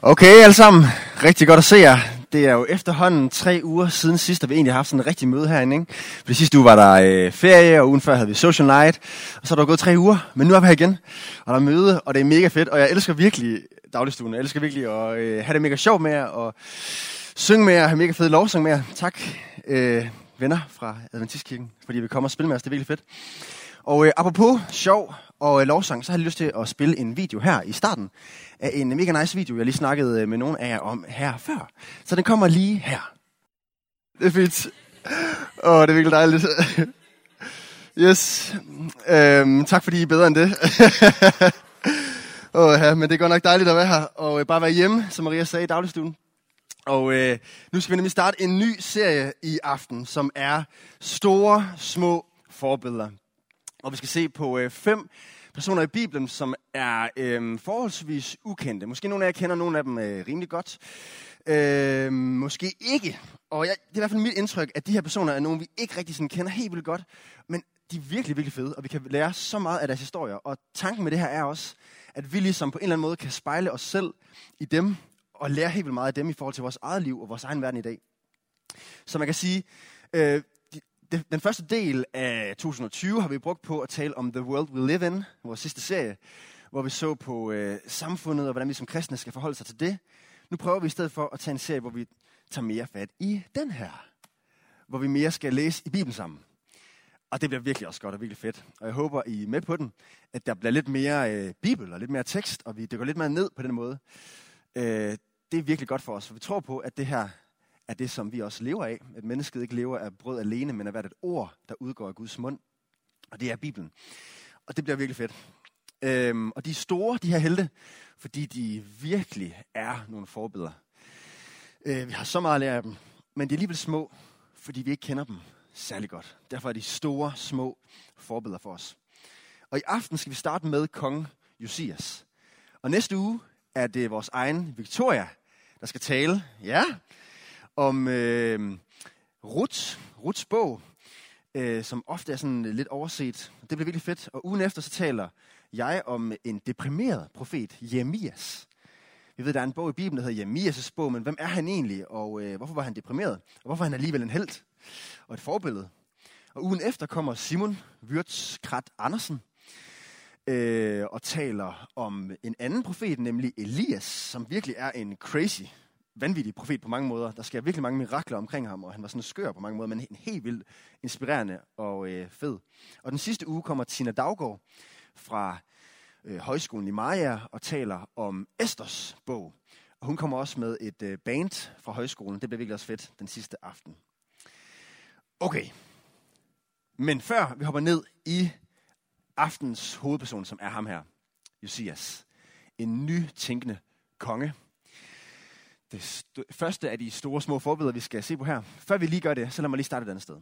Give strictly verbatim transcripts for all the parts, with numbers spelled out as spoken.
Okay, alle sammen. Rigtig godt at se jer. Det er jo efterhånden tre uger siden sidst, at vi egentlig har haft sådan en rigtig møde herinde, ikke? For sidste uge var der øh, ferie, og ugen før havde vi social night, og så er der gået tre uger. Men nu er vi her igen, og der er møde, og det er mega fedt, og jeg elsker virkelig dagligstuen. Jeg elsker virkelig at øh, have det mega sjovt med jer, og synge med jer, have mega fed lovsang med jer. Tak, øh, venner fra Adventistkirken, fordi vi kommer og spille med os. Det er virkelig fedt. Og øh, apropos sjov og øh, lovsang, så har jeg lyst til at spille en video her i starten af en mega nice video, jeg lige snakkede med nogle af jer om her før. Så den kommer lige her. Det er fint. Åh, oh, det er virkelig dejligt. Yes. Øhm, tak fordi I er bedre end det. oh, ja, men det er godt nok dejligt at være her og øh, bare være hjemme, som Maria sagde i dagligstuen. Og øh, nu skal vi nemlig starte en ny serie i aften, som er store, små forbilleder. Og vi skal se på øh, fem personer i Bibelen, som er øh, forholdsvis ukendte. Måske nogle af jer kender nogle af dem øh, rimelig godt. Øh, måske ikke. Og jeg, det er i hvert fald mit indtryk, at de her personer er nogle, vi ikke rigtig sådan kender helt vildt godt. Men de er virkelig, virkelig fede, og vi kan lære så meget af deres historier. Og tanken med det her er også, at vi ligesom på en eller anden måde kan spejle os selv i dem, og lære helt vildt meget af dem i forhold til vores eget liv og vores egen verden i dag. Så man kan sige, øh, den første del af to tusind og tyve har vi brugt på at tale om The World We Live In, vores sidste serie, hvor vi så på øh, samfundet og hvordan vi som kristne skal forholde sig til det. Nu prøver vi i stedet for at tage en serie, hvor vi tager mere fat i den her, hvor vi mere skal læse i Bibelen sammen. Og det bliver virkelig også godt og virkelig fedt. Og jeg håber, I er med på den, at der bliver lidt mere øh, Bibel og lidt mere tekst, og vi dykker lidt mere ned på den måde. Øh, det er virkelig godt for os, for vi tror på, at det her er det, som vi også lever af. At mennesket ikke lever af brød alene, men af hvert et ord, der udgår af Guds mund. Og det er Bibelen. Og det bliver virkelig fedt. Øhm, og de er store, de her helte, fordi de virkelig er nogle forbilleder. Øh, vi har så meget at lære af dem, men de er alligevel små, fordi vi ikke kender dem særlig godt. Derfor er de store, små forbilleder for os. Og i aften skal vi starte med kong Josias. Og næste uge er det vores egen Victoria, der skal tale. Ja, om øh, Ruth, Ruths bog, øh, som ofte er sådan lidt overset. Det bliver virkelig fedt. Og ugen efter så taler jeg om en deprimeret profet, Jeremias. Vi ved, der er en bog i Bibelen, der hedder Jeremias' bog, men hvem er han egentlig, og øh, hvorfor var han deprimeret? Og hvorfor er han alligevel en helt og et forbillede? Og ugen efter kommer Simon Wirtz-Krat Andersen øh, og taler om en anden profet, nemlig Elias, som virkelig er en crazy vanvittig profet på mange måder. Der sker virkelig mange mirakler omkring ham, og han var sådan skør på mange måder, men en helt vildt inspirerende og øh, fed. Og den sidste uge kommer Tina Daugaard fra øh, højskolen i Maja og taler om Esters bog. Og hun kommer også med et øh, band fra højskolen. Det bliver virkelig også fedt den sidste aften. Okay. Men før vi hopper ned i aftens hovedperson, som er ham her, Josias. En nytænkende konge. Det st- første af de store, små forbilleder, vi skal se på her. Før vi lige gør det, så lad mig lige starte et andet sted.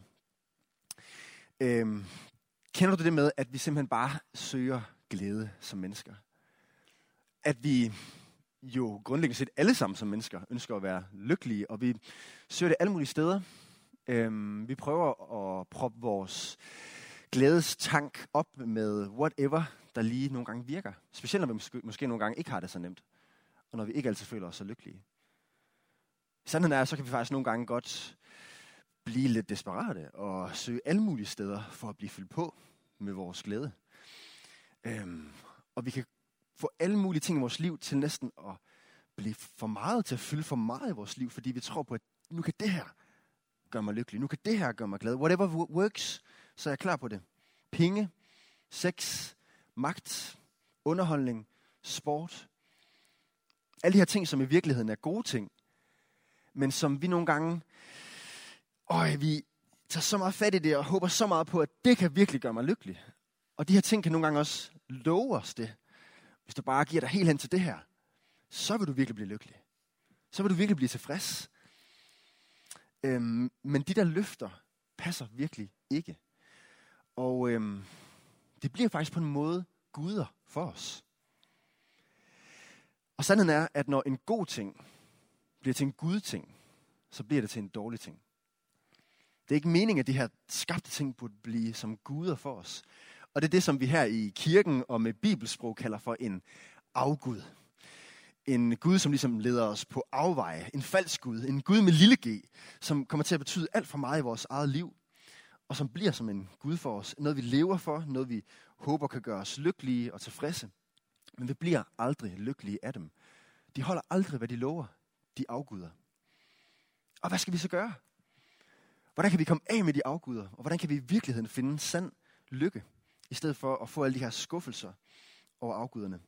Øhm, kender du det med, at vi simpelthen bare søger glæde som mennesker? At vi jo grundlæggende set alle sammen som mennesker ønsker at være lykkelige, og vi søger det alle mulige steder. Øhm, vi prøver at proppe vores glædestank op med whatever, der lige nogle gange virker. Specielt når vi måske, måske nogle gange ikke har det så nemt, og når vi ikke altid føler os så lykkelige. Sandheden er, så kan vi faktisk nogle gange godt blive lidt desperate og søge alle mulige steder for at blive fyldt på med vores glæde. Øhm, og vi kan få alle mulige ting i vores liv til næsten at blive for meget, til at fylde for meget i vores liv, fordi vi tror på, at nu kan det her gøre mig lykkelig, nu kan det her gøre mig glad. Whatever works, så er jeg klar på det. Penge, sex, magt, underholdning, sport. Alle de her ting, som i virkeligheden er gode ting, men som vi nogle gange, øj, vi tager så meget fat i det, og håber så meget på, at det kan virkelig gøre mig lykkelig. Og de her ting kan nogle gange også love os det. Hvis du bare giver dig helt hen til det her, så vil du virkelig blive lykkelig. Så vil du virkelig blive tilfreds. Øhm, men de der løfter passer virkelig ikke. Og øhm, det bliver faktisk på en måde guder for os. Og sandheden er, at når en god ting bliver til en gudting, så bliver det til en dårlig ting. Det er ikke meningen, at de her skabte ting burde blive som guder for os. Og det er det, som vi her i kirken og med bibelsprog kalder for en afgud. En Gud, som ligesom leder os på afveje. En falsk Gud. En Gud med lille g, som kommer til at betyde alt for meget i vores eget liv. Og som bliver som en Gud for os. Noget vi lever for. Noget vi håber kan gøre os lykkelige og tilfredse. Men vi bliver aldrig lykkelige af dem. De holder aldrig, hvad de lover. De afguder. Og hvad skal vi så gøre? Hvordan kan vi komme af med de afguder? Og hvordan kan vi i virkeligheden finde sand lykke? I stedet for at få alle de her skuffelser over afguderne.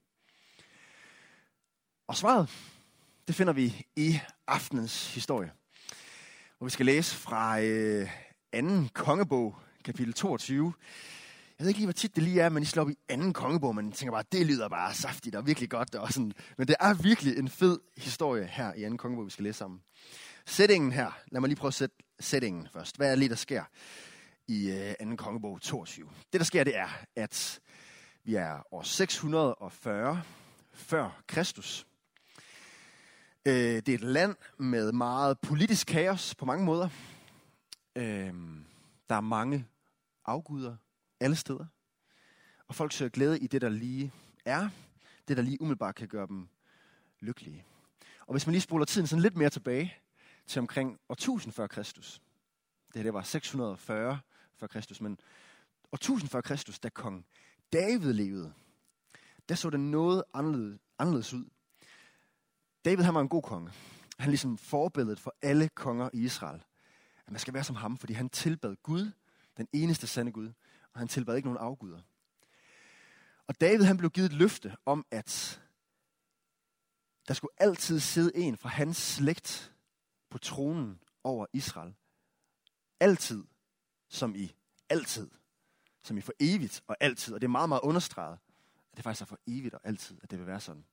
Og svaret, det finder vi i aftenens historie. Hvor vi skal læse fra øh, anden kongebog, kapitel toogtyve. Jeg ved ikke lige, hvor tit det lige er, men I slår op i anden kongebog, man tænker bare, det lyder bare saftigt og virkelig godt. Og sådan. Men det er virkelig en fed historie her i anden kongebog, vi skal læse sammen. Settingen her, lad mig lige prøve at sætte settingen først. Hvad er det lige, der sker i øh, anden kongebog toogtyve? Det, der sker, det er, at vi er år seks hundrede og fyrre før Kristus. Øh, det er et land med meget politisk kaos på mange måder. Øh, der er mange afguder alle steder. Og folk søger glæde i det, der lige er. Det, der lige umiddelbart kan gøre dem lykkelige. Og hvis man lige spoler tiden sådan lidt mere tilbage til omkring år tusind før Kristus. Det her det var seks hundrede og fyrre før Kristus, men år tusind før Kristus, da kong David levede, der så det noget anderledes, anderledes ud. David, han var en god konge. Han er ligesom forbilledet for alle konger i Israel. At man skal være som ham, fordi han tilbad Gud, den eneste sande Gud, og han tilbad ikke nogen afguder. Og David, han blev givet et løfte om, at der skulle altid sidde en fra hans slægt på tronen over Israel. Altid, som i altid. Som i for evigt og altid. Og det er meget, meget understreget, at det faktisk er for evigt og altid, at det vil være sådan.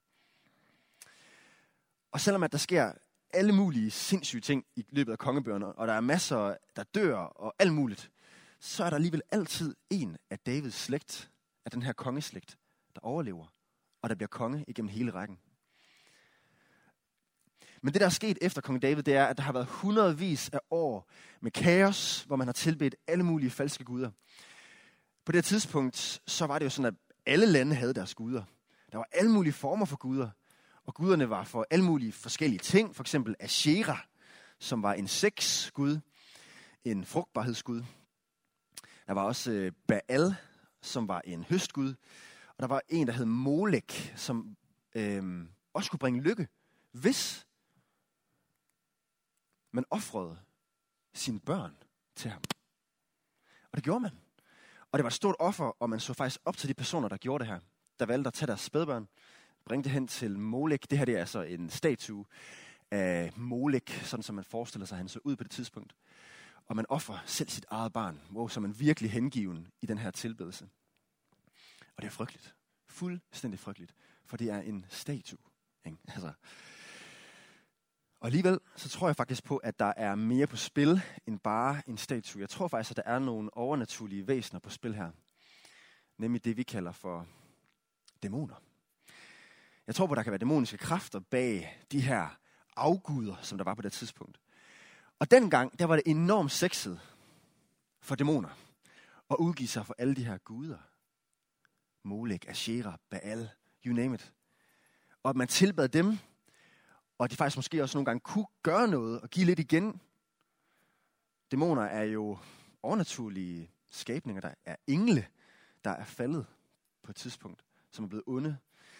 Og selvom at der sker alle mulige sindssyge ting i løbet af kongebøgerne, og der er masser, der dør og alt muligt, så er der alligevel altid en af Davids slægt, af den her kongeslægt, der overlever, og der bliver konge igennem hele rækken. Men det, der er sket efter kong David, det er, at der har været hundredvis af år med kaos, hvor man har tilbedt alle mulige falske guder. På det tidspunkt, så var det jo sådan, at alle lande havde deres guder. Der var alle mulige former for guder, og guderne var for alle mulige forskellige ting. For eksempel Ashera, som var en sexgud, en frugtbarhedsgud. Der var også øh, Baal, som var en høstgud. Og der var en, der hed Molek, som øh, også kunne bringe lykke, hvis man ofrede sine børn til ham. Og det gjorde man. Og det var et stort offer, og man så faktisk op til de personer, der gjorde det her. Der valgte at tage deres spædbørn, bringe det hen til Molek. Det her det er altså en statue af Molek, sådan som man forestiller sig, at han så ud på det tidspunkt. Og man offer selv sit eget barn, hvor så man virkelig hengiven i den her tilbedelse. Og det er frygteligt. Fuldstændig frygteligt. For det er en statue. Ikke? Altså. Og alligevel, så tror jeg faktisk på, at der er mere på spil, end bare en statue. Jeg tror faktisk, at der er nogle overnaturlige væsener på spil her. Nemlig det, vi kalder for dæmoner. Jeg tror på, at der kan være dæmoniske kræfter bag de her afguder, som der var på det tidspunkt. Og dengang, der var det enormt sexet for dæmoner at udgive sig for alle de her guder. Molek, Ashera, Baal, you name it. Og at man tilbad dem, og at de faktisk måske også nogle gange kunne gøre noget og give lidt igen. Dæmoner er jo overnaturlige skabninger, der er engle, der er faldet på et tidspunkt, som er blevet onde.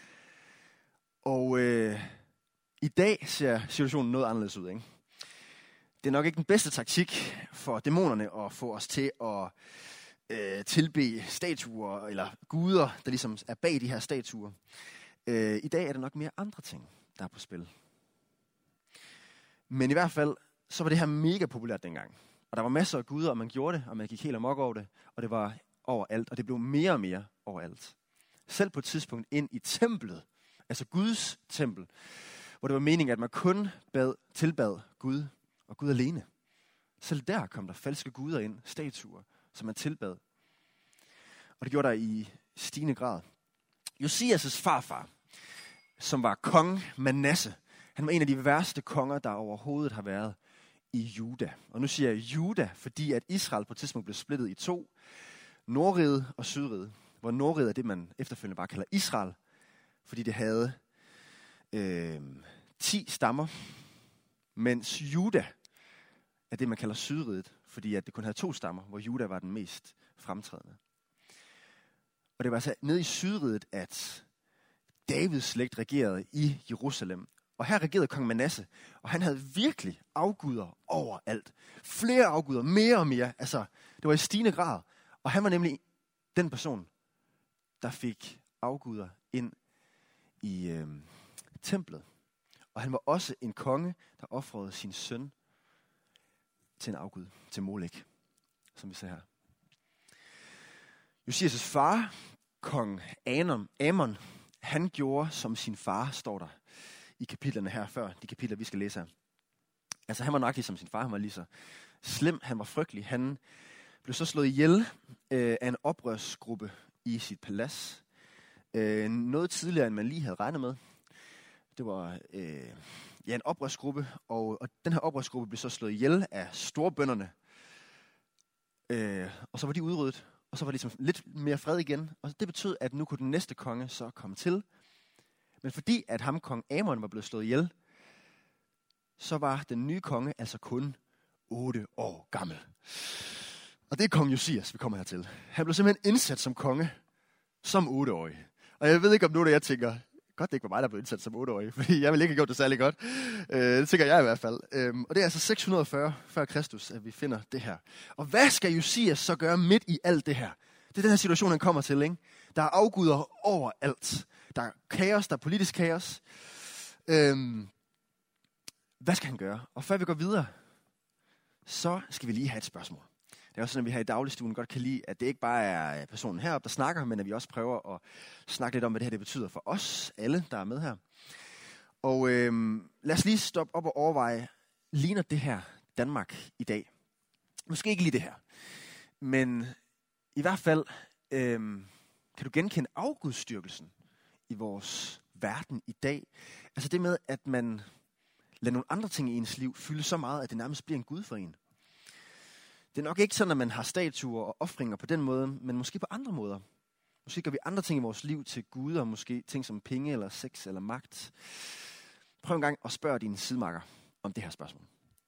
Og øh, i dag ser situationen noget anderledes ud, ikke? Det er nok ikke den bedste taktik for dæmonerne at få os til at øh, tilbede statuer eller guder, der ligesom er bag de her statuer. Øh, I dag er det nok mere andre ting, der er på spil. Men i hvert fald, så var det her mega populært dengang. Og der var masser af guder, og man gjorde det, og man gik helt amok over det. Og det var overalt, og det blev mere og mere overalt. Selv på et tidspunkt ind i templet, altså Guds tempel, hvor det var meningen, at man kun bad, tilbad Gud og Gud alene. Selv der kom der falske guder ind, statuer, som man tilbad. Og det gjorde der i stigende grad. Josias' farfar, som var kong Manasse, han var en af de værste konger, der overhovedet har været i Juda. Og nu siger jeg Juda, fordi at Israel på et tidspunkt blev splittet i to. Nordriget og Sydriget. Hvor Nordriget er det, man efterfølgende bare kalder Israel. Fordi det havde øh, ti stammer, mens Juda er det, man kalder Sydriget, fordi at det kun havde to stammer, hvor Juda var den mest fremtrædende. Og det var altså nede i Sydriget, at Davids slægt regerede i Jerusalem. Og her regerede kong Manasse, og han havde virkelig afguder overalt. Flere afguder, mere og mere. Altså, det var i stigende grad. Og han var nemlig den person, der fik afguder ind i øh, templet. Og han var også en konge, der ofrede sin søn til en afgud, til Molek, som vi ser her. Josias' far, kong Amon, Amon, han gjorde som sin far, står der i kapitlerne her før, de kapitler, vi skal læse her. Altså, han var nok ligesom sin far, han var lige så slem, han var frygtelig. Han blev så slået ihjel øh, af en oprørsgruppe i sit palads. Øh, noget tidligere, end man lige havde regnet med. Det var øh, ja, en oprørsgruppe, og, og den her oprørsgruppe blev så slået ihjel af storbønderne. Øh, og så var de udryddet, og så var det ligesom lidt mere fred igen. Og det betød, at nu kunne den næste konge så komme til. Men fordi at ham, kong Amon, var blevet slået ihjel, så var den nye konge altså kun otte år gammel. Og det er kong Josias, vi kommer hertil. Han blev simpelthen indsat som konge som otteårig. Og jeg ved ikke, om nogen af jer tænker, godt det ikke var mig, der blev indsat som otteårig, fordi jeg ville ikke have gjort det særlig godt. Øh, det tænker jeg i hvert fald. Øhm, og det er altså seks hundrede og fyrre før Kristus, at vi finder det her. Og hvad skal Josias så gøre midt i alt det her? Det er den her situation, han kommer til, ikke? Der er afguder overalt. Der er kaos, der er politisk kaos. Øhm, hvad skal han gøre? Og før vi går videre, så skal vi lige have et spørgsmål. Det er også sådan, at vi her i dagligstuen godt kan lide, at det ikke bare er personen heroppe, der snakker, men at vi også prøver at snakke lidt om, hvad det her det betyder for os, alle, der er med her. Og øhm, lad os lige stoppe op og overveje, ligner det her Danmark i dag? Måske ikke lige det her, men i hvert fald øhm, kan du genkende afgudstyrkelsen i vores verden i dag. Altså det med, at man lader nogle andre ting i ens liv fylde så meget, at det nærmest bliver en gud for en. Det er nok ikke sådan, at man har statuer og ofringer på den måde, men måske på andre måder. Måske gør vi andre ting i vores liv til guder, måske ting som penge eller sex eller magt. Prøv en gang at spørge dine sidemarker om det her spørgsmål.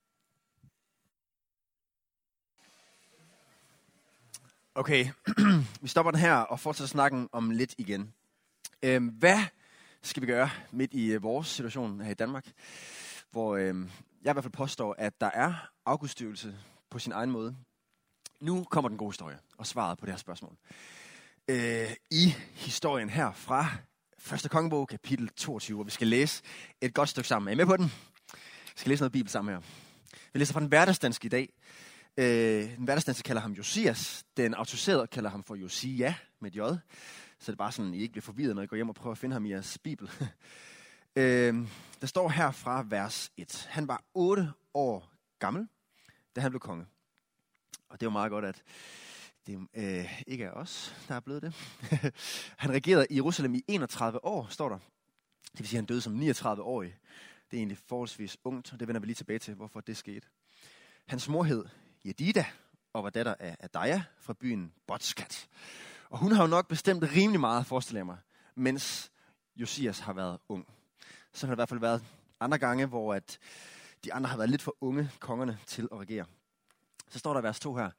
Okay, vi stopper den her og fortsætter snakken om lidt igen. Øhm, hvad skal vi gøre midt i øh, vores situation her i Danmark, hvor øh, jeg i hvert fald påstår, at der er afgudstyrkelse på sin egen måde. Nu kommer den gode historie og svaret på det her spørgsmål. Øh, I historien her fra første kongebog, kapitel toogtyve, hvor vi skal læse et godt stykke sammen. Er I med på den? Vi skal læse noget bibel sammen her. Vi læser fra den hverdagsdanske i dag. Øh, den hverdagsdanske kalder ham Josias. Den autoriserede kalder ham for Josia med et J. Så det er bare sådan, I ikke bliver forvirret, når I går hjem og prøver at finde ham i jeres bibel. øh, der står her fra vers et. Han var otte år gammel, da han blev konge. Og det er jo meget godt, at det øh, ikke er os, der er blevet det. Han regerede i Jerusalem i enogtredive år, står der. Det vil sige, at han døde som niogtredive-årig. Det er egentlig forholdsvis ungt, og det vender vi lige tilbage til, hvorfor det skete. Hans mor hed Jedida og var datter af Adaya fra byen Botskat. Og hun har jo nok bestemt rimelig meget, forestiller jeg mig, mens Josias har været ung. Så har der i hvert fald været andre gange, hvor at de andre har været lidt for unge, kongerne, til at regere. Så står der i vers to her.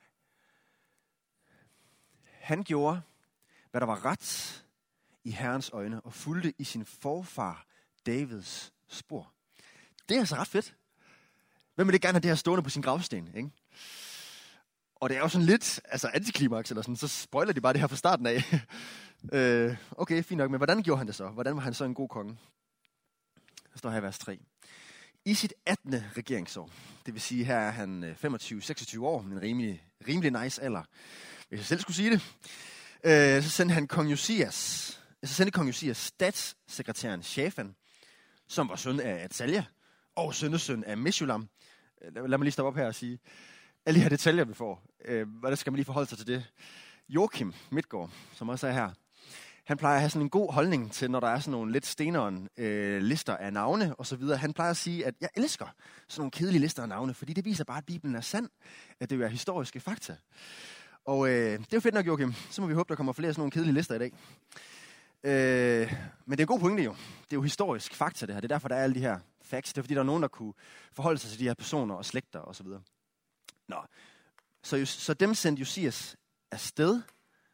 Han gjorde, hvad der var ret i Herrens øjne, og fulgte i sin forfar Davids spor. Det er altså ret fedt. Hvem vil det gerne have det her stående på sin gravsten, ikke? Og det er jo sådan lidt, altså antiklimaks eller sådan, så spoiler de bare det her fra starten af. øh, okay, fint nok, men hvordan gjorde han det så? Hvordan var han så en god konge? Der står her i vers tre. I sit attende regeringsår, det vil sige, her er han femogtyve seksogtyve år, en rimelig, rimelig nice alder, hvis jeg selv skulle sige det. Øh, så sendte han kong Josias, så sendte kong Josias statssekretæren Shafan, som var søn af Atsalja, og sønnesøn af Meshulam. Lad, lad mig lige stoppe op her og sige, alle de her detaljer, vi får, øh, hvordan skal man lige forholde sig til det? Joachim Midtgaard, som også er her, han plejer at have sådan en god holdning til, når der er sådan nogle lidt stenere øh, lister af navne og så videre. Han plejer at sige, at jeg elsker sådan nogle kedelige lister af navne, fordi det viser bare, at Bibelen er sand, at det er historiske fakta. Og øh, det er jo fedt nok, Joachim. Så må vi håbe, der kommer flere sådan nogle kedelige lister i dag. Øh, men det er en god pointe jo. Det er jo historisk fakta det her. Det er derfor, der er alle de her facts. Det er fordi, der er nogen, der kunne forholde sig til de her personer og slægter og så videre. Nå. Så, så dem sendte Josias afsted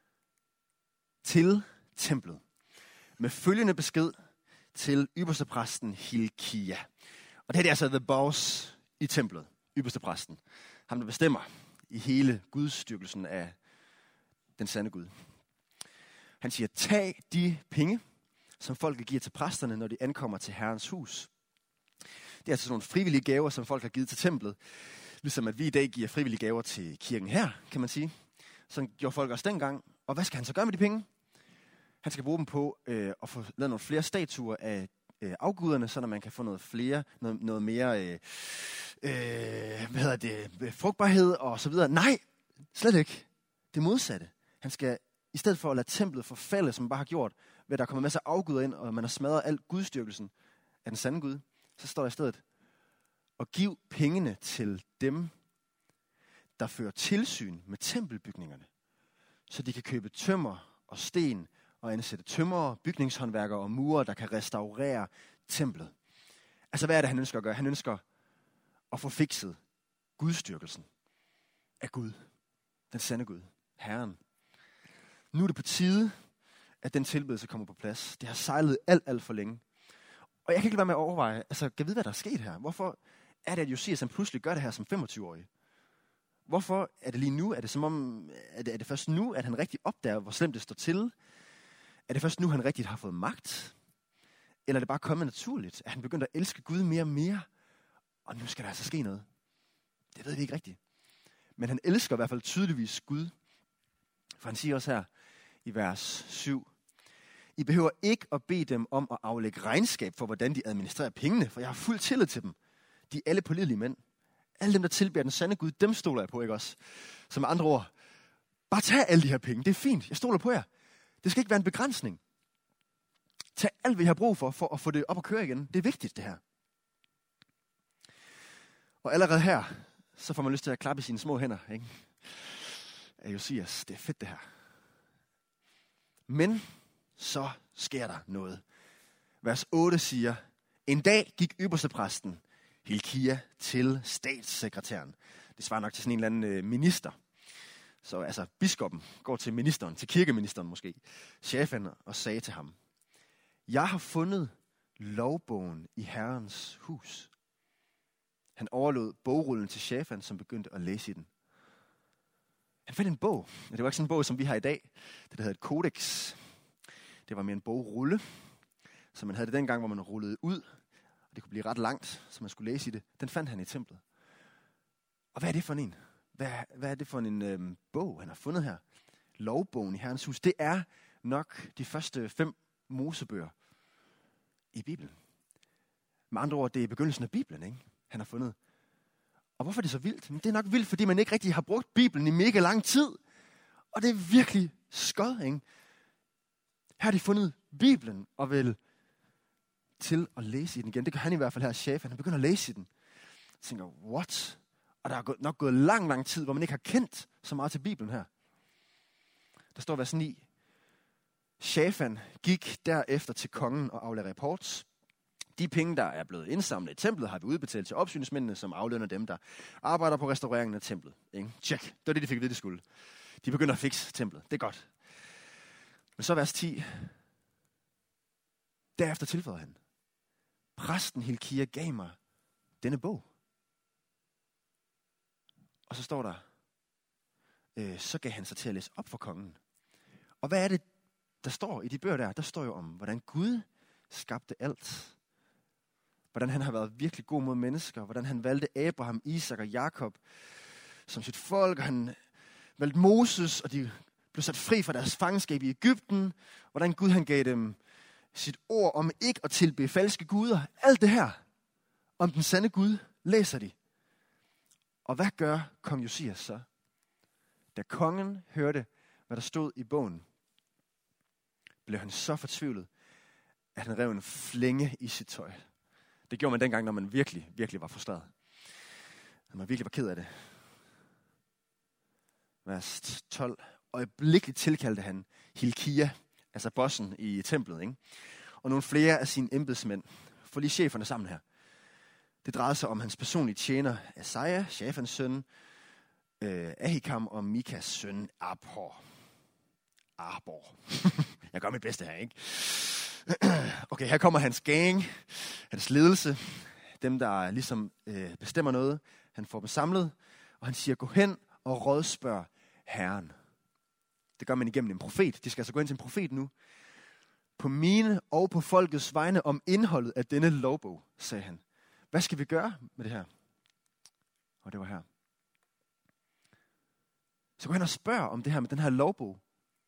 til templet med følgende besked til ypperstepræsten Hilkia. Og det er altså the boss i templet, ypperstepræsten. Ham, der bestemmer i hele gudstyrkelsen af den sande Gud. Han siger, tag de penge, som folket giver til præsterne, når de ankommer til Herrens hus. Det er altså sådan nogle frivillige gaver, som folk har givet til templet. Ligesom at vi i dag giver frivillige gaver til kirken her, kan man sige. Sådan gjorde folk også dengang. Og hvad skal han så gøre med de penge? Han skal bruge dem på øh, at få lavet nogle flere statuer af øh, afguderne, så man kan få noget flere, noget, noget mere øh, øh, hvad hedder det, frugtbarhed og så videre. Nej, slet ikke. Det modsatte. Han skal i stedet for at lade templet forfalde, som man bare har gjort, ved at der kommer masser af afguder ind, og man har smadret al gudstyrkelsen af den sande Gud, så står der i stedet, og giv pengene til dem, der fører tilsyn med tempelbygningerne, så de kan købe tømmer og sten, og ansætte tømrere, bygningshåndværkere og murer, der kan restaurere templet. Altså, hvad er det, han ønsker at gøre? Han ønsker at få fikset gudstyrkelsen af Gud, den sande Gud, Herren. Nu er det på tide, at den tilbedelse kommer på plads. Det har sejlet alt, alt for længe. Og jeg kan ikke lade være med at overveje, altså, kan jeg vide, hvad der er sket her? Hvorfor er det, at Josias han pludselig gør det her som femogtyve-årig? Hvorfor er det lige nu? Er det som om, er det, er det først nu, at han rigtig opdager, hvor slemt det står til? Er det først nu, han rigtig har fået magt? Eller er det bare kommet naturligt? Er han begyndt at elske Gud mere og mere? Og nu skal der altså ske noget. Det ved vi ikke rigtigt. Men han elsker i hvert fald tydeligvis Gud. For han siger også her i vers syv. I behøver ikke at bede dem om at aflægge regnskab for, hvordan de administrerer pengene, for jeg har fuld tillid til dem. De er alle pålidelige mænd. Alle dem, der tilbeder den sande Gud, dem stoler jeg på, ikke også? Som andre ord, bare tag alle de her penge. Det er fint. Jeg stoler på jer. Det skal ikke være en begrænsning. Tag alt, hvad I har brug for, for at få det op at køre igen. Det er vigtigt, det her. Og allerede her, så får man lyst til at klappe i sine små hænder, ikke? Af Josias. Det er fedt, det her. Men så sker der noget. Vers otte siger, en dag gik ypperstepræsten Hilkia til statssekretæren. Det svarer nok til sådan en eller anden øh, minister. Så altså, biskoppen går til ministeren, til kirkeministeren måske, chefen, og sagde til ham, jeg har fundet lovbogen i Herrens hus. Han overlod bogrullen til chefen, som begyndte at læse i den. Han fandt en bog. Det var ikke sådan en bog, som vi har i dag. Det der hedder et kodex. Det var mere en bogrulle, som man havde det dengang, hvor man rullede ud. Og det kunne blive ret langt, så man skulle læse i det. Den fandt han i templet. Og hvad er det for en? Hvad, hvad er det for en øhm, bog, han har fundet her? Lovbogen i Herrens hus. Det er nok de første fem Mosebøger i Bibelen. Med andre ord, det er begyndelsen af Bibelen, ikke? Han har fundet. Og hvorfor er det så vildt? Men det er nok vildt, fordi man ikke rigtig har brugt Bibelen i mega lang tid. Og det er virkelig skød, ikke? Her har de fundet Bibelen og vil til at læse i den igen. Det gør han i hvert fald her, chef. Han begynder at læse i den. Jeg tænker, what? Og der er nok gået lang, lang tid, hvor man ikke har kendt så meget til Bibelen her. Der står vers ni. Shafan gik derefter til kongen og aflagde rapport. De penge, der er blevet indsamlet i templet, har vi udbetalt til opsynsmændene, som aflønner dem, der arbejder på restaureringen af templet. Ikke? Check. Det var det, de fik at vide, de skulle. De begynder at fikse templet. Det er godt. Men så vers ti. Derefter tilføjede han. Præsten Hilkia gav mig denne bog. Og så står der, øh, så gav han sig til at læse op for kongen. Og hvad er det, der står i de bøger der? Der står jo om, hvordan Gud skabte alt. Hvordan han har været virkelig god mod mennesker. Hvordan han valgte Abraham, Isak og Jakob som sit folk. Og han valgte Moses, og de blev sat fri fra deres fangenskab i Egypten. Hvordan Gud han gav dem sit ord om ikke at tilbede falske guder. Alt det her om den sande Gud læser de. Og hvad gør kong Josias så? Da kongen hørte, hvad der stod i bogen, blev han så fortvivlet, at han rev en flænge i sit tøj. Det gjorde man dengang, når man virkelig, virkelig var frustreret. Når man virkelig var ked af det. Vers tolv. Øjeblikkeligt tilkaldte han Hilkia, altså bossen i templet, ikke? Og nogle flere af sine embedsmænd. Få lige cheferne sammen her. Det drejede sig om hans personlige tjener, Asaja, Shafans søn, øh, Ahikam og Mikas søn, Abhor. Arbor. Jeg gør mit bedste her, ikke? Okay, her kommer hans gang, hans ledelse, dem der ligesom øh, bestemmer noget. Han får dem samlet, og han siger, gå hen og rådspørg Herren. Det gør man igennem en profet. De skal altså gå ind til en profet nu. På mine og på folkets vegne om indholdet af denne lovbog, sagde han. Hvad skal vi gøre med det her? Og det var her. Så gå hen og spørg om det her med den her lovbog.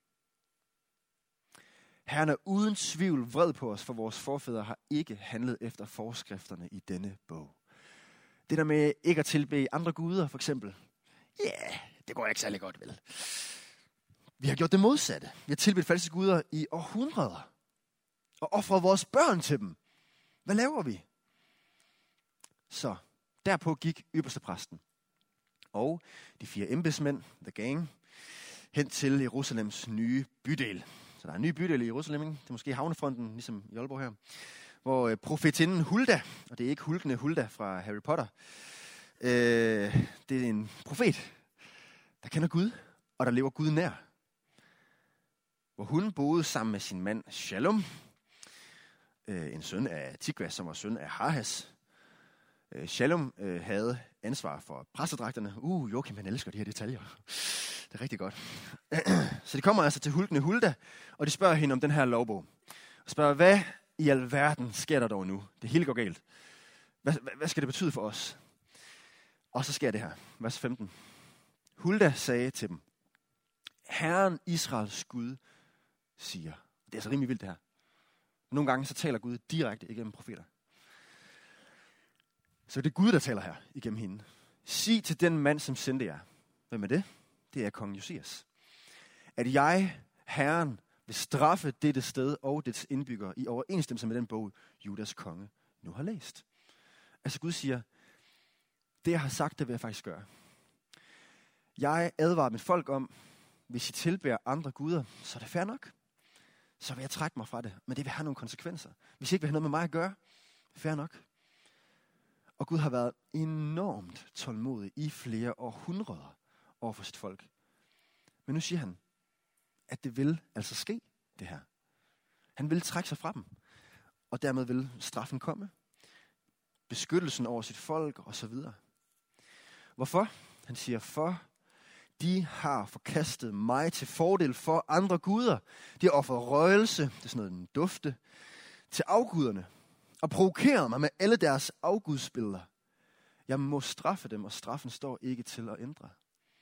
Herren er uden tvivl vred på os, for vores forfædre har ikke handlet efter forskrifterne i denne bog. Det der med ikke at tilbede andre guder, for eksempel. Ja, yeah, det går ikke særlig godt, vel? Vi har gjort det modsatte. Vi har tilbedt falske guder i århundreder. Og offret vores børn til dem. Hvad laver vi? Så derpå gik ypperstepræsten og de fire embedsmænd, the gang, hen til Jerusalems nye bydel. Så der er en ny bydel i Jerusalem, ikke? Det er måske havnefronten, ligesom i Aalborg her, hvor øh, profetinden Hulda, og det er ikke hulkende Hulda fra Harry Potter, øh, det er en profet, der kender Gud, og der lever Gud nær. Hvor hun boede sammen med sin mand Shalom, øh, en søn af Tikva, som var søn af Harhas. Øh, Shalom øh, havde ansvar for præstedragterne. Uh, Joachim, han elsker de her detaljer. Det er rigtig godt. Så de kommer altså til hulkende Hulda, og de spørger hende om den her lovbog. Og spørger, hvad i alverden sker der dog nu? Det hele går galt. Hvad, hvad, hvad skal det betyde for os? Og så sker det her. Vers femten. Hulda sagde til dem, Herren Israels Gud siger. Det er altså rimelig vildt det her. Nogle gange så taler Gud direkte igennem profeter. Så det er Gud, der taler her igennem hende. Sig til den mand, som sendte jer. Hvem er det? Det er kong Josias. At jeg, Herren, vil straffe dette sted og dets indbyggere i overensstemmelse med den bog, Judas konge nu har læst. Altså Gud siger, det jeg har sagt, det vil jeg faktisk gøre. Jeg advarer mit folk om, hvis I tilbærer andre guder, så er det fair nok. Så vil jeg trække mig fra det, men det vil have nogle konsekvenser. Hvis I ikke vil have noget med mig at gøre, fair nok. Og Gud har været enormt tålmodig i flere århundreder over for sit folk. Men nu siger han, at det vil altså ske, det her. Han vil trække sig fra dem, og dermed vil straffen komme. Beskyttelsen over sit folk, og så videre. Hvorfor? Han siger, for de har forkastet mig til fordel for andre guder. De har offret røgelse, det er sådan noget, en dufte, til afguderne, og provokeret mig med alle deres afgudsbilleder. Jeg må straffe dem, og straffen står ikke til at ændre.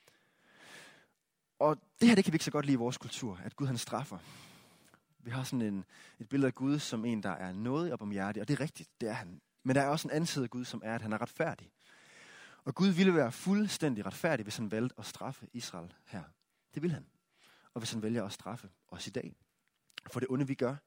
Og det her, det kan vi ikke så godt lide i vores kultur, at Gud han straffer. Vi har sådan en, et billede af Gud som en, der er nådig og barmhjertig, og det er rigtigt, det er han. Men der er også en anden side af Gud, som er, at han er retfærdig. Og Gud ville være fuldstændig retfærdig, hvis han valgte at straffe Israel her. Det vil han. Og hvis han vælger at straffe os i dag. For det onde, vi gør,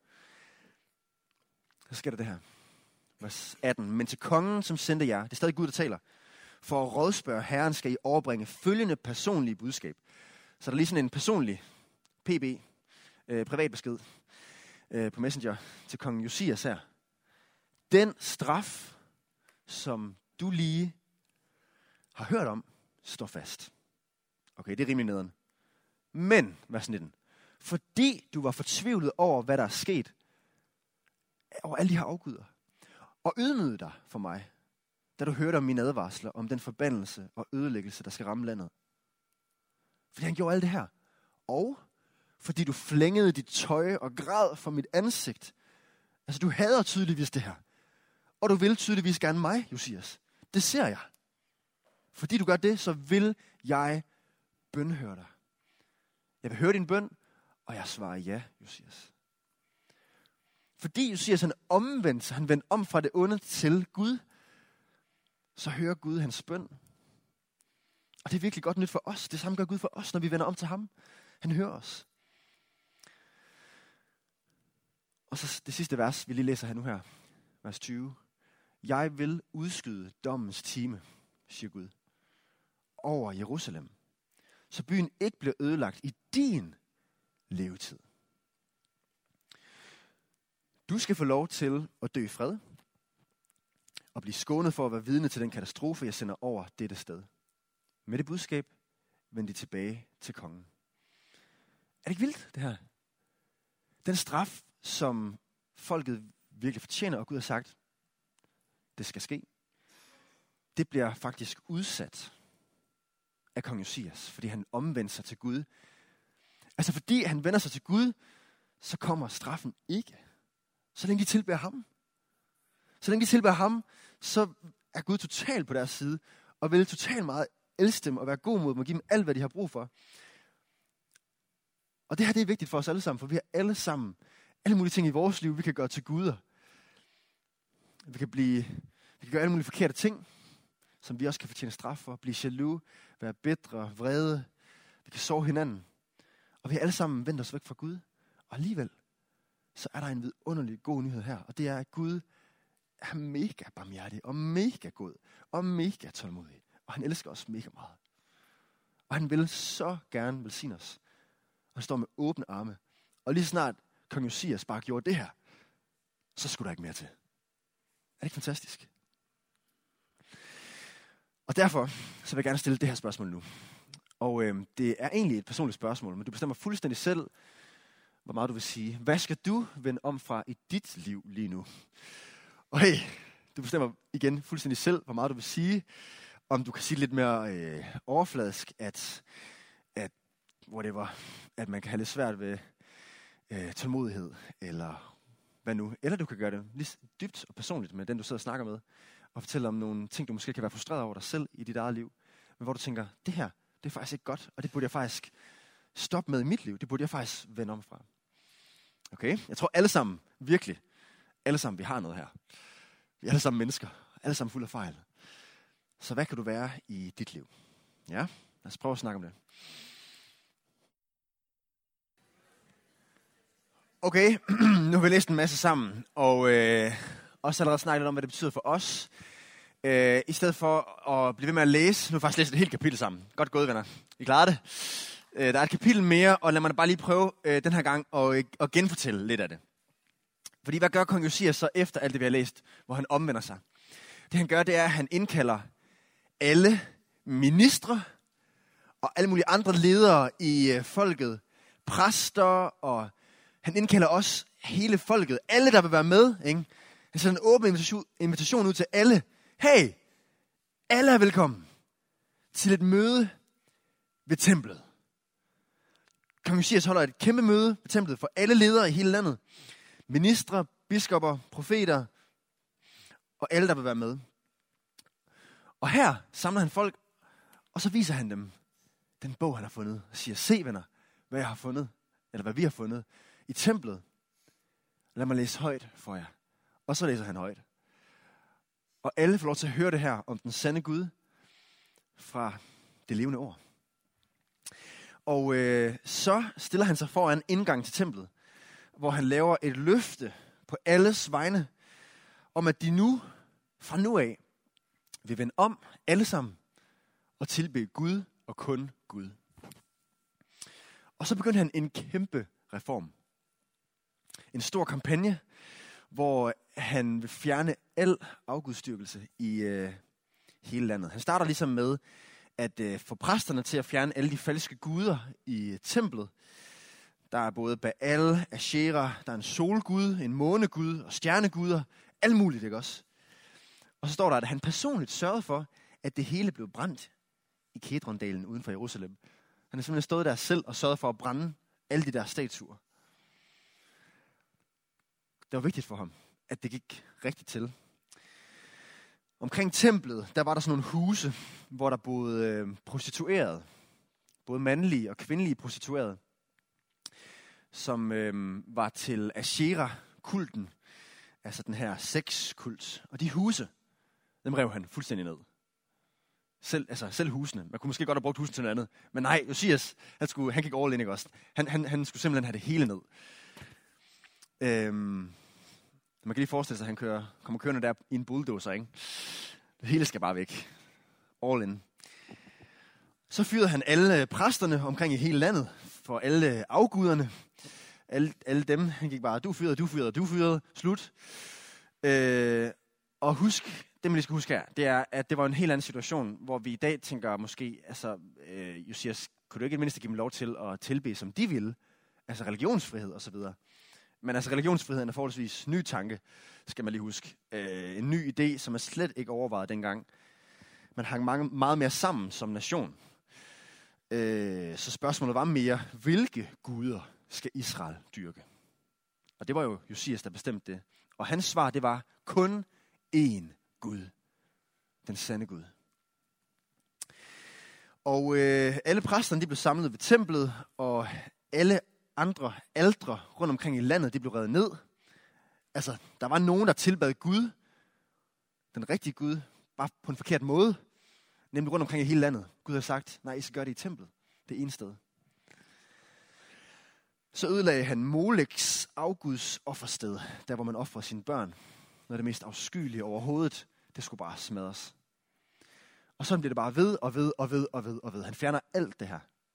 så sker der det her. Vers atten. Men til kongen, som sendte jer, det er stadig Gud, der taler, for at rådspørge Herren, skal I overbringe følgende personlige budskab. Så der er lige sådan en personlig P B, øh, privatbesked øh, på Messenger til kongen Josias her. Den straf, som du lige har hørt om, står fast. Okay, det er rimelig nederen. Men, vers nitten, fordi du var fortvivlet over, hvad der er sket, over alle de her afguder, og ydmygede dig for mig, da du hørte om mine advarsler, om den forbandelse og ødelæggelse, der skal ramme landet. Fordi han gjorde alt det her. Og fordi du flængede dit tøj og græd for mit ansigt. Altså, du hader tydeligvis det her. Og du vil tydeligvis gerne mig, Josias. Det ser jeg. Fordi du gør det, så vil jeg bønhøre dig. Jeg vil høre din bøn, og jeg svarer ja, Josias. Fordi Josias han omvendte sig, han vendte om fra det onde til Gud, så hører Gud hans bøn. Og det er virkelig godt nyt for os. Det samme gør Gud for os, når vi vender om til ham. Han hører os. Og så det sidste vers, vi lige læser her nu her. Vers tyve. Jeg vil udskyde dommens time, siger Gud, over Jerusalem, så byen ikke bliver ødelagt i din levetid. Du skal få lov til at dø i fred, og blive skånet for at være vidne til den katastrofe, jeg sender over dette sted. Med det budskab vendte de tilbage til kongen. Er det ikke vildt, det her? Den straf, som folket virkelig fortjener, og Gud har sagt, det skal ske, det bliver faktisk udsat af kong Josias, fordi han omvendte sig til Gud. Altså fordi han vender sig til Gud, så kommer straffen ikke. Så længe de tilbeder ham. Så længe de tilbeder ham, så er Gud totalt på deres side, og vil totalt meget elske dem, og være god mod dem, og give dem alt, hvad de har brug for. Og det her, det er vigtigt for os alle sammen, for vi har alle sammen alle mulige ting i vores liv, vi kan gøre til guder. Vi kan, blive, vi kan gøre alle mulige forkerte ting, som vi også kan fortjene straf for. Blive jaloux, være bitre, vrede. Vi kan sove hinanden. Og vi har alle sammen vendt os væk fra Gud. Og alligevel, så er der en vidunderlig god nyhed her. Og det er, at Gud er mega barmhjertig, og mega god, og mega tålmodig. Og han elsker os mega meget. Og han vil så gerne velsigne os. Og han står med åbne arme. Og lige snart kong Josias bare gjorde det her, så skulle der ikke mere til. Er det ikke fantastisk? Og derfor så vil jeg gerne stille det her spørgsmål nu. Og øh, det er egentlig et personligt spørgsmål, men du bestemmer fuldstændig selv, hvor meget du vil sige. Hvad skal du vende om fra i dit liv lige nu? Og hey, du bestemmer igen fuldstændig selv, hvor meget du vil sige. Om du kan sige lidt mere øh, overfladisk, at, at, whatever, at man kan have lidt svært ved øh, tålmodighed, eller hvad nu. Eller du kan gøre det lige dybt og personligt med den, du sidder og snakker med, og fortælle om nogle ting, du måske kan være frustreret over dig selv i dit eget liv, men hvor du tænker, det her, det er faktisk ikke godt, og det burde jeg faktisk stoppe med i mit liv. Det burde jeg faktisk vende om fra. Okay? Jeg tror alle sammen, virkelig, alle sammen, vi har noget her. Vi er alle sammen mennesker, alle sammen fulde af fejl. Så hvad kan du være i dit liv? Ja, lad os prøve at snakke om det. Okay, nu har vi læst en masse sammen, og øh, også allerede snakket lidt om, hvad det betyder for os. Øh, I stedet for at blive ved med at læse, nu har vi faktisk læst et helt kapitel sammen. Godt gået, venner. I klarer det? Øh, der er et kapitel mere, og lad mig bare lige prøve øh, den her gang at, at genfortælle lidt af det. Fordi hvad gør kong Josias så efter alt det, vi har læst, hvor han omvender sig? Det han gør, det er, at han indkalder alle ministre og alle mulige andre ledere i øh, folket, præster, og han indkalder også hele folket, alle der vil være med. Ikke? Han sender en åben invitation, invitation ud til alle. Hey, alle er velkommen til et møde ved templet. Kong Josias holder et kæmpe møde ved templet for alle ledere i hele landet. Ministre, biskopper, profeter og alle der vil være med. Og her samler han folk, og så viser han dem den bog, han har fundet. Og siger, se venner, hvad jeg har fundet, eller hvad vi har fundet i templet. Lad mig læse højt for jer. Og så læser han højt. Og alle får lov til at høre det her om den sande Gud fra det levende ord. Og øh, så stiller han sig foran indgang til templet, hvor han laver et løfte på alles vegne, om at de nu, fra nu af, vil vende om alle sammen og tilbede Gud og kun Gud. Og så begyndte han en kæmpe reform. En stor kampagne, hvor han vil fjerne al afgudstyrkelse i øh, hele landet. Han starter ligesom med at øh, få præsterne til at fjerne alle de falske guder i templet. Der er både Baal, Asherah, der er en solgud, en månegud og stjerneguder. Alt muligt, ikke også? Og så står der, at han personligt sørgede for, at det hele blev brændt i Kedrondalen uden for Jerusalem. Han har simpelthen stået der selv og sørget for at brænde alle de der statuer. Det var vigtigt for ham, at det gik rigtigt til. Omkring templet, der var der sådan nogle huse, hvor der boede øh, prostituerede. Både mandlige og kvindelige prostituerede. Som øh, var til Asherah-kulten. Altså den her sexkult. Og de huse, dem rev han fuldstændig ned. Selv, altså selv husene. Man kunne måske godt have brugt husene til noget andet. Men nej, Josias, han, skulle, han gik all in, ikke også? Han, han, han skulle simpelthen have det hele ned. Øhm, man kan lige forestille sig, at han kører, kommer kørende der i en bulldozer, ikke? Det hele skal bare væk. All in. Så fyrede han alle præsterne omkring i hele landet, for alle afguderne. alle, alle dem, han gik bare, du fyrede, du fyrede, du fyrede, slut. Øh, og husk, det man lige skal huske her, det er, at det var en helt anden situation, hvor vi i dag tænker måske, altså, øh, Josias, kunne du ikke i det mindste give dem lov til at tilbede, som de ville? Altså religionsfrihed og så videre. Men altså religionsfriheden er forholdsvis ny tanke, skal man lige huske. Øh, en ny idé, som er slet ikke overvejet dengang. Man hang mange, meget mere sammen som nation. Øh, så spørgsmålet var mere, hvilke guder skal Israel dyrke? Og det var jo Josias, der bestemte det. Og hans svar, det var kun én Gud. Den sande Gud. Og øh, alle præsterne, de blev samlet ved templet, og alle andre aldre rundt omkring i landet, de blev revet ned. Altså, der var nogen, der tilbad Gud, den rigtige Gud, bare på en forkert måde. Nemlig rundt omkring i hele landet. Gud har sagt, nej, I skal gøre det i templet. Det ene sted. Så ødelagde han Moleks afguds offersted, der hvor man offrer sine børn. Noget af det mest afskyelige overhovedet, det skulle bare smadres. Og sådan bliver det bare ved og ved og ved og ved og ved. Han fjerner alt det her.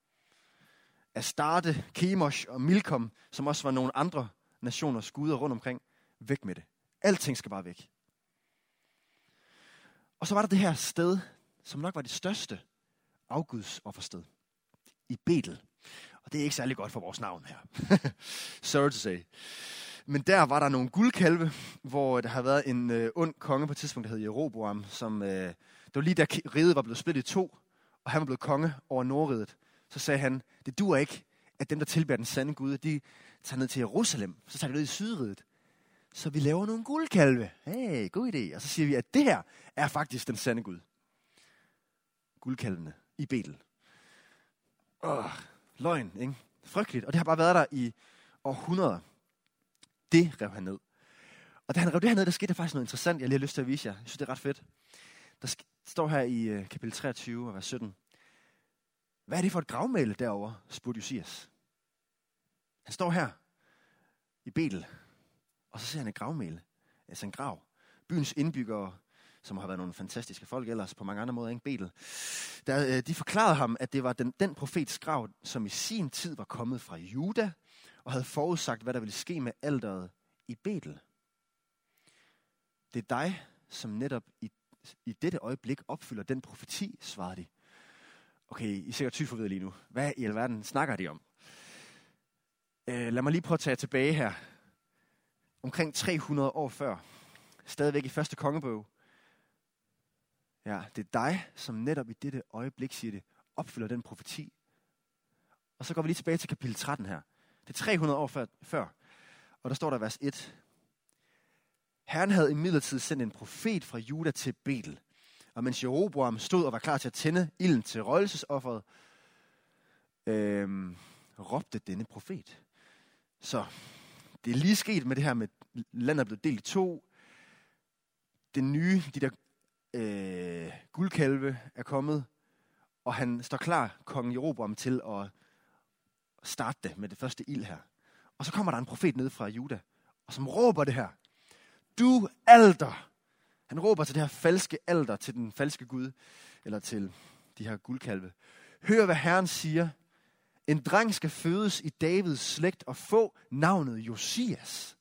Astarte, Kemosh og Milkom, som også var nogle andre nationers guder rundt omkring, væk med det. Alting skal bare væk. Og så var der det her sted, som nok var det største afgudsoffersted, i Betel. Og det er ikke særlig godt for vores navn her. Sorry to say. Men der var der nogle guldkalve, hvor der havde været en øh, ond konge på et tidspunkt, der hed Jeroboam, som øh, det var lige da riget var blevet splittet i to, og han var blevet konge over Nordriget. Så sagde han, det duer ikke, at dem, der tilbærer den sande Gud, de tager ned til Jerusalem. Så tager de ned i Sydriget. Så vi laver nogle guldkalve. Hey, god idé. Og så siger vi, at det her er faktisk den sande Gud. Guldkalvene i Betel. Åh, løgn, ikke? Frygteligt. Og det har bare været der i århundreder. Det rev han ned. Og da han rev det her ned, der skete der faktisk noget interessant, jeg lige har lyst til at vise jer. Jeg synes, det er ret fedt. Der står her i uh, kapitel treogtyve, vers sytten. Hvad er det for et gravmæle derovre, spurgte Josias. Han står her i Betel, og så ser han et gravmæle, altså en grav. Byens indbyggere, som har været nogle fantastiske folk ellers på mange andre måder, ikke Betel, der, de forklarede ham, at det var den, den profets grav, som i sin tid var kommet fra Juda, og havde forudsagt, hvad der ville ske med alteret i Betel. Det er dig, som netop i, i dette øjeblik opfylder den profeti, svarede de. Okay, I er sikkert tyforvirret lige nu. Hvad i alverden snakker de om? Øh, lad mig lige prøve at tage tilbage her. Omkring tre hundrede år før. Stadigvæk i første kongebog. Ja, det er dig, som netop i dette øjeblik, siger det, opfylder den profeti. Og så går vi lige tilbage til kapitel tretten her. Det er tre hundrede år før, før. Og der står der vers et. Herren havde imidlertid sendt en profet fra Juda til Betel. Og mens Jeroboam stod og var klar til at tænde ilden til røgelsesofferet, øhm, råbte denne profet. Så det er lige sket med det her med, landet er blevet delt i to. Det nye, de der øh, guldkalve er kommet, og han står klar, kongen Jeroboam, til at starte det med det første ild her. Og så kommer der en profet ned fra Juda, og som råber det her. Du alter! Han råber til det her falske alter, til den falske Gud, eller til de her guldkalve. Hør, hvad Herren siger. En dreng skal fødes i Davids slægt og få navnet Josias.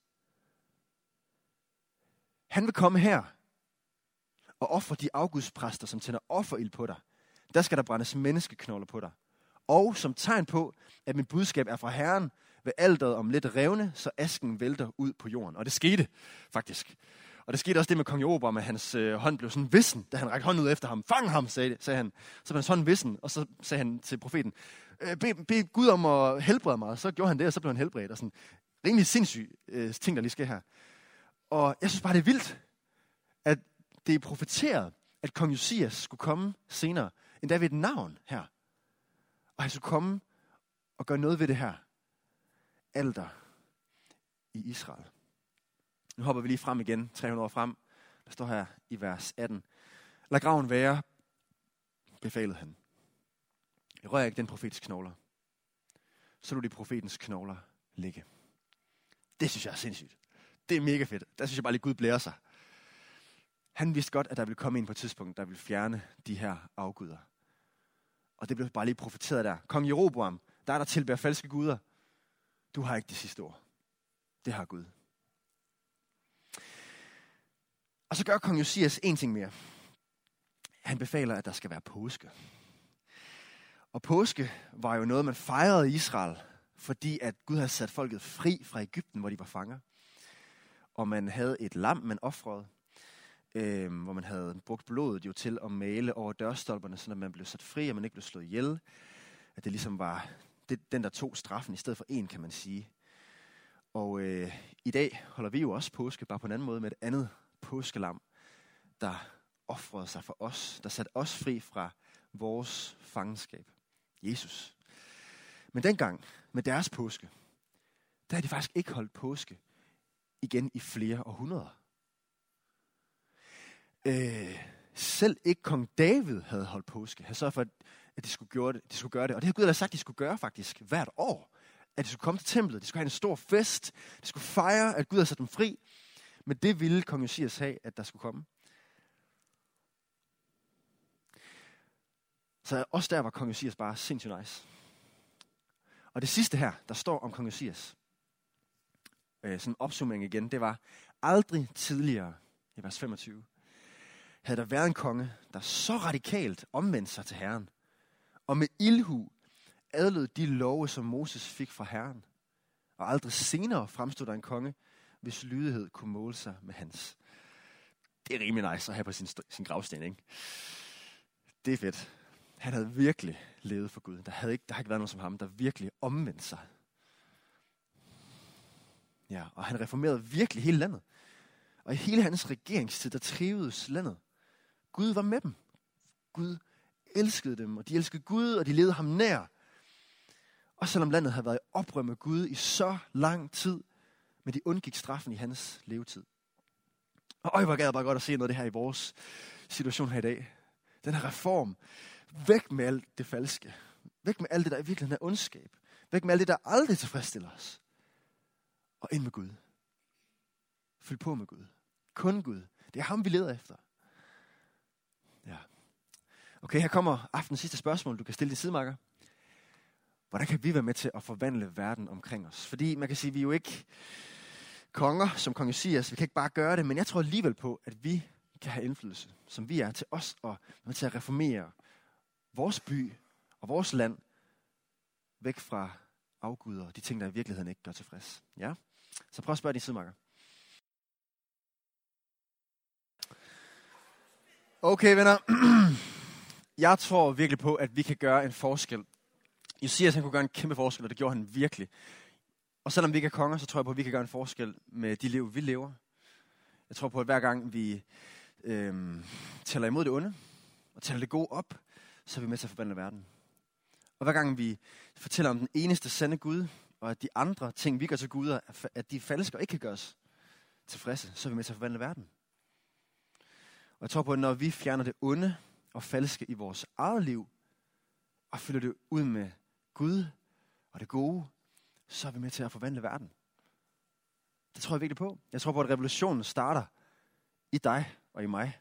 Han vil komme her og ofre de afgudspræster, som tænder offerild på dig. Der skal der brændes menneskeknogler på dig. Og som tegn på, at mit budskab er fra Herren, vil alteret om lidt revne, så asken vælter ud på jorden. Og det skete faktisk. Og det skete også det med kong Jeroboam, at hans øh, hånd blev sådan vissen, da han rakte hånden ud efter ham. Fang ham, sagde, sagde han. Så blev hans hånd vissen, og så sagde han til profeten, øh, bed, bed Gud om at helbrede mig. Og så gjorde han det, og så blev han helbredt. Og sådan rimelig sindssyg øh, ting, der lige sker her. Og jeg synes bare, det er vildt, at det er profeteret, at kong Josias skulle komme senere, endda ved et navn her. Og han skulle komme og gøre noget ved det her alter i Israel. Nu hopper vi lige frem igen, tre hundrede år frem. Der står her i vers atten. Lad graven være, befalede han. Jeg rører ikke den profets knogler. Så du de profetens knogler ligge. Det synes jeg er sindssygt. Det er mega fedt. Der synes jeg bare lige, Gud blærer sig. Han vidste godt, at der ville komme en på et tidspunkt, der ville fjerne de her afguder. Og det blev bare lige profeteret der. Kong Jeroboam, der er der tilbærer falske guder. Du har ikke det sidste ord. Det har Gud. Og så gør kong Josias en ting mere. Han befaler, at der skal være påske. Og påske var jo noget, man fejrede i Israel, fordi at Gud havde sat folket fri fra Egypten, hvor de var fanger. Og man havde et lam, man ofrede, øh, hvor man havde brugt blodet jo til at male over dørstolperne, så man blev sat fri, og man ikke blev slået ihjel. At det ligesom var det, den, der tog straffen i stedet for en, kan man sige. Og øh, i dag holder vi jo også påske, bare på en anden måde, med et andet påskelam, der ofrede sig for os, der satte os fri fra vores fangenskab. Jesus. Men dengang, med deres påske, der havde de faktisk ikke holdt påske igen i flere århundreder. Øh, selv ikke kong David havde holdt påske. Han sørgede for, at de skulle, gøre det, de skulle gøre det. Og det har Gud ellers sagt, at de skulle gøre faktisk hvert år. At de skulle komme til templet, de skulle have en stor fest, de skulle fejre, at Gud havde sat dem fri. Men det ville kong Josias have, at der skulle komme. Så også der var kong Josias bare sindssygt nice. Og det sidste her, der står om kong Josias, øh, sådan en opsummering igen, det var aldrig tidligere, i vers femogtyve, havde der været en konge, der så radikalt omvendte sig til Herren, og med ildhu adlød de love, som Moses fik fra Herren. Og aldrig senere fremstod der en konge, hvis lydighed kunne måle sig med hans. Det er rimelig nice at have på sin, sin gravsten, ikke? Det er fedt. Han havde virkelig levet for Gud. Der havde ikke, der havde ikke været nogen som ham, der virkelig omvendte sig. Ja, og han reformerede virkelig hele landet. Og i hele hans regeringstid, der trivedes landet. Gud var med dem. Gud elskede dem, og de elskede Gud, og de levede ham nær. Og selvom landet havde været i oprør med Gud i så lang tid, men de undgik straffen i hans levetid. Og øj, hvor gad jeg bare godt at se noget af det her i vores situation her i dag. Den her reform. Væk med alt det falske. Væk med alt det, der i virkeligheden er ondskab. Væk med alt det, der aldrig tilfredsstiller os. Og ind med Gud. Fyld på med Gud. Kun Gud. Det er ham, vi leder efter. Ja. Okay, her kommer aftenens sidste spørgsmål. Du kan stille din sidemarker. Hvordan kan vi være med til at forvandle verden omkring os? Fordi man kan sige, at vi er jo ikke konger, som kong Josias. Vi kan ikke bare gøre det, men jeg tror alligevel på, at vi kan have indflydelse, som vi er til os, og være med til at reformere vores by og vores land væk fra afguder og de ting, der i virkeligheden ikke gør tilfreds. Ja? Så prøv at spørge din sidemarker. Okay, venner. Jeg tror virkelig på, at vi kan gøre en forskel. Josias, han kunne gøre en kæmpe forskel, og det gjorde han virkelig. Og selvom vi ikke er konger, så tror jeg på, at vi kan gøre en forskel med de liv, vi lever. Jeg tror på, at hver gang vi øhm, tæller imod det onde, og tæller det gode op, så er vi med til at forvandle verden. Og hver gang vi fortæller om den eneste sande Gud, og at de andre ting, vi gør til Gud, at de falske og ikke kan gøres tilfredse, så er vi med til at forvandle verden. Og jeg tror på, at når vi fjerner det onde og falske i vores eget liv, og fylder det ud med Gud og det gode, så er vi med til at forvandle verden. Det tror jeg virkelig på. Jeg tror på, at revolutionen starter i dig og i mig.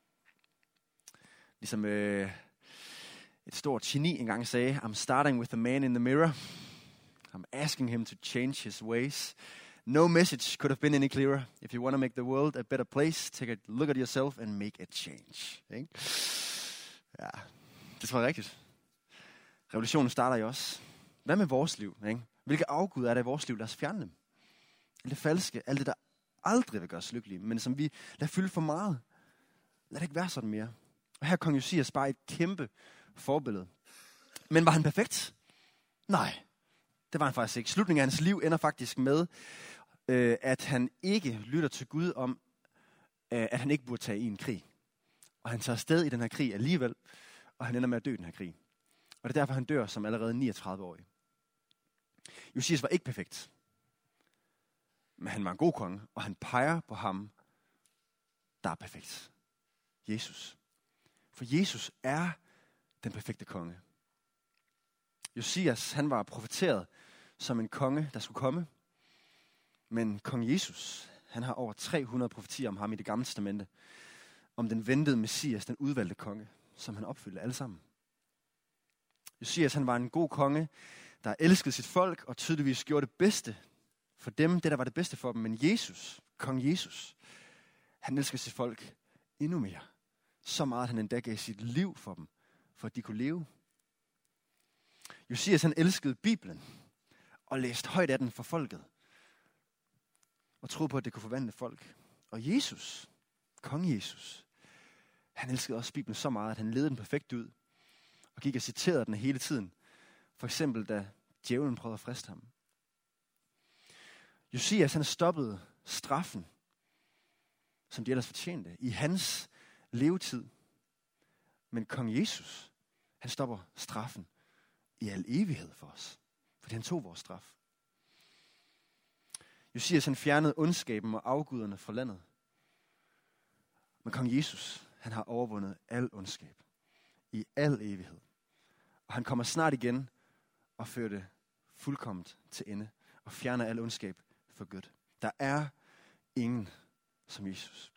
Ligesom øh, et stort geni engang sagde, I'm starting with the man in the mirror. I'm asking him to change his ways. No message could have been any clearer. If you want to make the world a better place, take a look at yourself and make a change. Ikke? Ja, det tror jeg rigtigt. Revolutionen starter i os. Hvad med vores liv? Ikke? Hvilke afgud er der i vores liv? Lad os fjerne dem. Alt det falske, alt det, der aldrig vil gøre os lykkelige, men som vi lader fylde for meget. Lad det ikke være sådan mere. Og her er kong Josias bare et kæmpe forbillede. Men var han perfekt? Nej, det var han faktisk ikke. Slutningen af hans liv ender faktisk med, øh, at han ikke lytter til Gud om, øh, at han ikke burde tage i en krig. Og han tager afsted i den her krig alligevel, og han ender med at dø i den her krig. Og det er derfor, han dør som allerede niogtredive-årig. Josias var ikke perfekt. Men han var en god konge, og han peger på ham, der er perfekt. Jesus. For Jesus er den perfekte konge. Josias, han var profeteret som en konge, der skulle komme. Men kong Jesus, han har over tre hundrede profetier om ham i Det Gamle Testamente. Om den ventede Messias, den udvalgte konge, som han opfyldte alle sammen. Josias, han var en god konge, der elskede sit folk og tydeligvis gjorde det bedste for dem, det der var det bedste for dem. Men Jesus, kong Jesus, han elskede sit folk endnu mere. Så meget, at han endda gav sit liv for dem, for at de kunne leve. Josias, han elskede Bibelen og læste højt af den for folket. Og troede på, at det kunne forvandle folk. Og Jesus, kong Jesus, han elskede også Bibelen så meget, at han ledte den perfekt ud. Og gik og citerede den hele tiden. For eksempel, da djævlen prøvede at friste ham. Josias, han stoppede straffen, som de ellers fortjente, i hans levetid. Men kong Jesus, han stopper straffen i al evighed for os. Fordi han tog vores straf. Josias, han fjernede ondskaben og afguderne fra landet. Men kong Jesus, han har overvundet al ondskab i al evighed. Og han kommer snart igen og fører det fuldkomment til ende. Og fjerner al ondskab for godt. Der er ingen som Jesus.